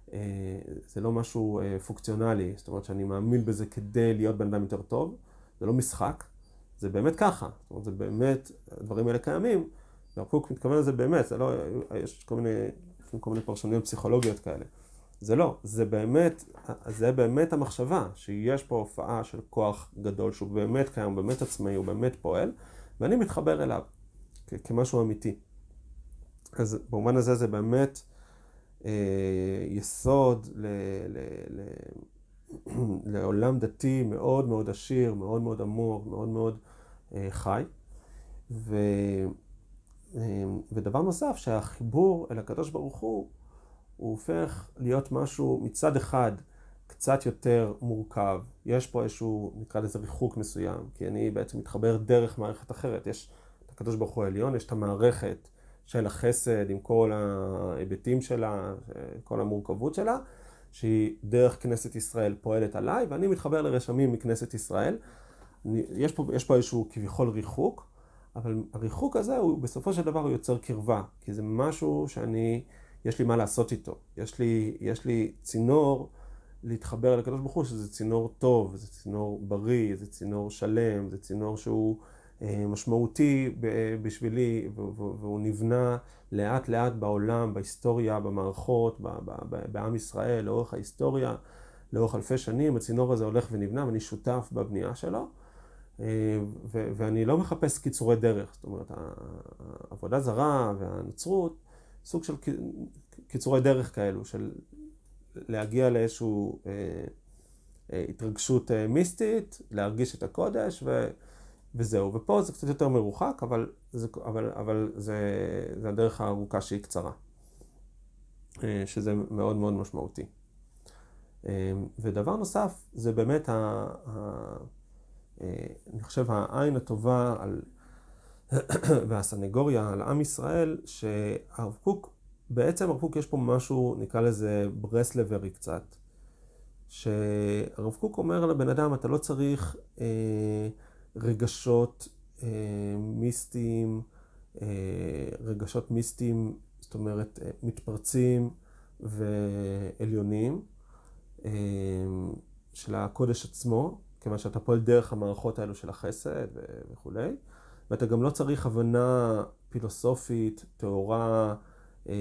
זה לא משהו פונקציונלי, זאת אומרת שאני מאמין בזה כדי להיות בן אדם יותר טוב, זה לא משחק, זה באמת ככה, זאת אומרת, זה באמת, הדברים האלה קיימים, והרב קוק מתכוון לזה באמת, זה לא, יש כל מיני, כל מיני פרשנויות פסיכולוגיות כאלה. זה לא, זה באמת, זה באמת המחשבה, שיש פה הופעה של כוח גדול, שהוא באמת קיים, הוא באמת עצמאי, הוא באמת פועל, ואני מתחבר אליו כמשהו אמיתי. אז במובן הזה זה באמת אה, יסוד ל, ל, ל, לעולם דתי מאוד מאוד עשיר, מאוד מאוד עמוק, מאוד מאוד אה, חי. ו, אה, ודבר נוסף, שהחיבור אל הקדוש ברוך הוא, הוא הופך להיות משהו מצד אחד קצת יותר מורכב. יש פה איזשהו, נקרא לזה ריחוק מסוים, כי אני בעצם מתחבר דרך מערכת אחרת. יש את הקדוש ברוך הוא העליון, יש את המערכת של החסד עם כל ההיבטים שלה, כל המורכבות שלה, שהיא דרך כנסת ישראל פועלת עליי, ואני מתחבר לרשמים מכנסת ישראל. יש פה, יש פה איזשהו כביכול ריחוק, אבל הריחוק הזה הוא בסופו של דבר הוא יוצר קרבה, כי זה משהו שאני, יש לי מה לעשות איתו. יש לי, יש לי צינור להתחבר לקדוש ברוך הוא, שזה צינור טוב, זה צינור בריא, זה צינור שלם, זה צינור שהוא משמעותי בשבילי, והוא נבנה לאט לאט בעולם, בהיסטוריה, במערכות, בעם ישראל, לאורך ההיסטוריה, לאורך אלפי שנים. הצינור הזה הולך ונבנה, ואני שותף בבנייה שלו, ואני לא מחפש קיצורי דרך. זאת אומרת, העבודה זרה והנצרות, סוג של קיצורי דרך כאלו, של להגיע לאיזושהי התרגשות מיסטית, להרגיש את הקודש, ו... וזהו. ופה זה קצת יותר מרוחק, אבל, זה, אבל, אבל זה, זה הדרך הארוכה שהיא קצרה, שזה מאוד מאוד משמעותי. ודבר נוסף, זה באמת, ה, ה, אני חושב, העין הטובה על, והסנגוריה על עם ישראל, שהרב קוק, בעצם הרב קוק יש פה משהו, נקרא לזה ברסלברי קצת, שהרב קוק אומר לבן אדם, אתה לא צריך אה, רגשות אה, מיסטיים, אה, רגשות מיסטיים, זאת אומרת, אה, מתפרצים ועליונים אה, של הקודש עצמו, כיוון שאתה פועל דרך המערכות האלו של החסד וכו'. ואתה גם לא צריך הבנה פילוסופית, תאורה, אה,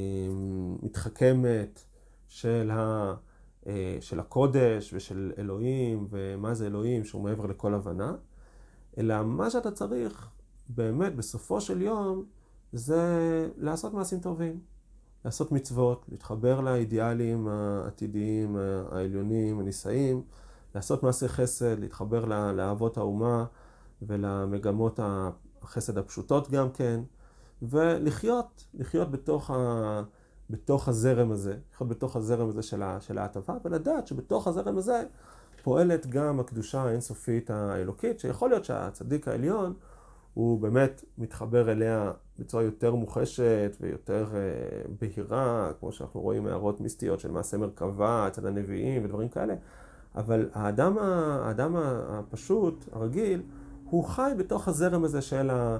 מתחכמת של ה... של הקודש ושל אלוהים ומה זה אלוהים שהוא מעבר לכל הבנה, אלא מה שאתה צריך באמת בסופו של יום זה לעשות מעשים טובים, לעשות מצוות, להתחבר לאידיאלים העתידיים, העליונים, הנישאים, לעשות מעשי חסד, להתחבר לאהבות האומה ולמגמות החסד הפשוטות גם כן, ולחיות, לחיות בתוך ה... בתוך הזרם הזה, לחיות בתוך הזרם הזה של ההטבה, ולדעת שבתוך הזרם הזה פועלת גם הקדושה האינסופית האלוקית, שיכול להיות שהצדיק העליון הוא באמת מתחבר אליה בצורה יותר מוחשת ויותר בהירה, כמו שאנחנו רואים הערות מיסטיות של מעשה מרכבה אצל הנביאים ודברים כאלה, אבל האדם, האדם הפשוט, הרגיל, הוא חי בתוך הזרם הזה של ה...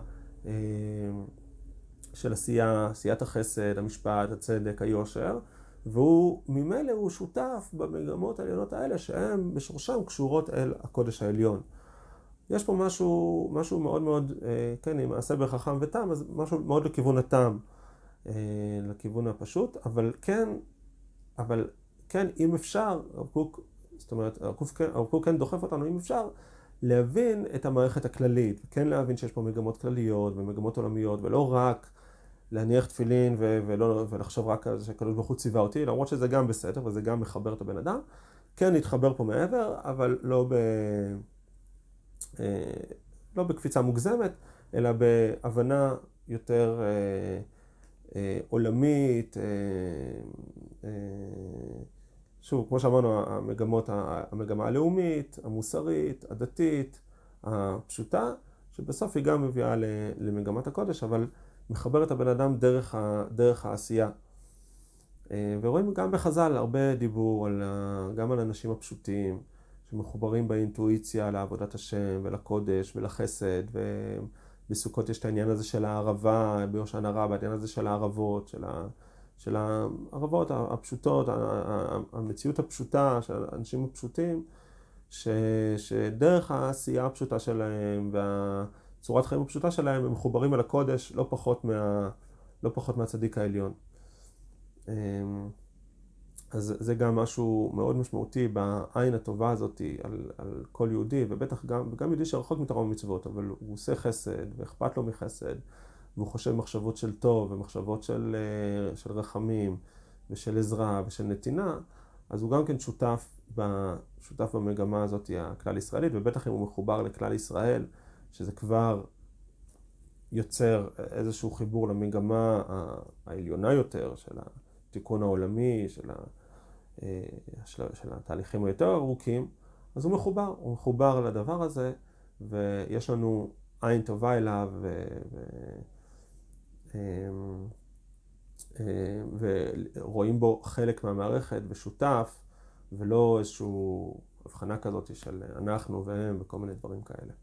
של עשייה, עשיית החסד, המשפט, הצדק, היושר, והוא ממילא הוא שותף במגמות העליונות האלה שהן בשורשם קשורות אל הקודש העליון. יש פה משהו, משהו מאוד מאוד, כן, אם מעשה בחכם ותם, אז משהו מאוד לכיוון התם, לכיוון הפשוט, אבל כן, אבל כן, אם אפשר, הרב קוק, זאת אומרת, הרב קוק כן דוחף אותנו, אם אפשר, להבין את המערכת הכללית, כן להבין שיש פה מגמות כלליות ומגמות עולמיות, ולא רק להניח תפילין ולא, ולחשוב רק על זה שהקדוש ברוך הוא ציווה אותי, למרות שזה גם בסדר וזה גם מחבר את הבן אדם. כן להתחבר פה מעבר, אבל לא, ב, לא בקפיצה מוגזמת, אלא בהבנה יותר עולמית. שוב, כמו שאמרנו, המגמות, המגמה הלאומית, המוסרית, הדתית, הפשוטה, שבסוף היא גם מביאה למגמת הקודש, אבל מחבר את הבן אדם דרך, ה, דרך העשייה. ורואים גם בחז"ל הרבה דיבור על, גם על אנשים הפשוטים, שמחוברים באינטואיציה לעבודת השם ולקודש ולחסד, ובסוכות יש את העניין הזה של הערבה, ביושענא רבה, העניין הזה של הערבות, של, ה, של הערבות הפשוטות, המציאות הפשוטה של האנשים הפשוטים, ש, שדרך העשייה הפשוטה שלהם וה... צורת חיים הפשוטה שלהם, הם מחוברים אל הקודש לא פחות, מה, לא פחות מהצדיק העליון. אז זה גם משהו מאוד משמעותי בעין הטובה הזאת על, על כל יהודי, ובטח גם, וגם יהודי שרחוק מתורה ומצוות, אבל הוא עושה חסד ואכפת לו מחסד, והוא חושב מחשבות של טוב ומחשבות של, של רחמים ושל עזרה ושל נתינה, אז הוא גם כן שותף, שותף במגמה הזאת הכלל ישראלית, ובטח אם הוא מחובר לכלל ישראל, שזה כבר יוצר איזשהו חיבור למגמה העליונה יותר של התיקון העולמי, של של, של התהליכים היותר ארוכים, אז הוא מחובר, הוא מחובר לדבר הזה, ויש לנו עין טובה אליו, ו... ו... ורואים בו חלק מהמערכת ושותף, ולא איזושהי הבחנה כזאת של אנחנו והם וכל מיני דברים כאלה.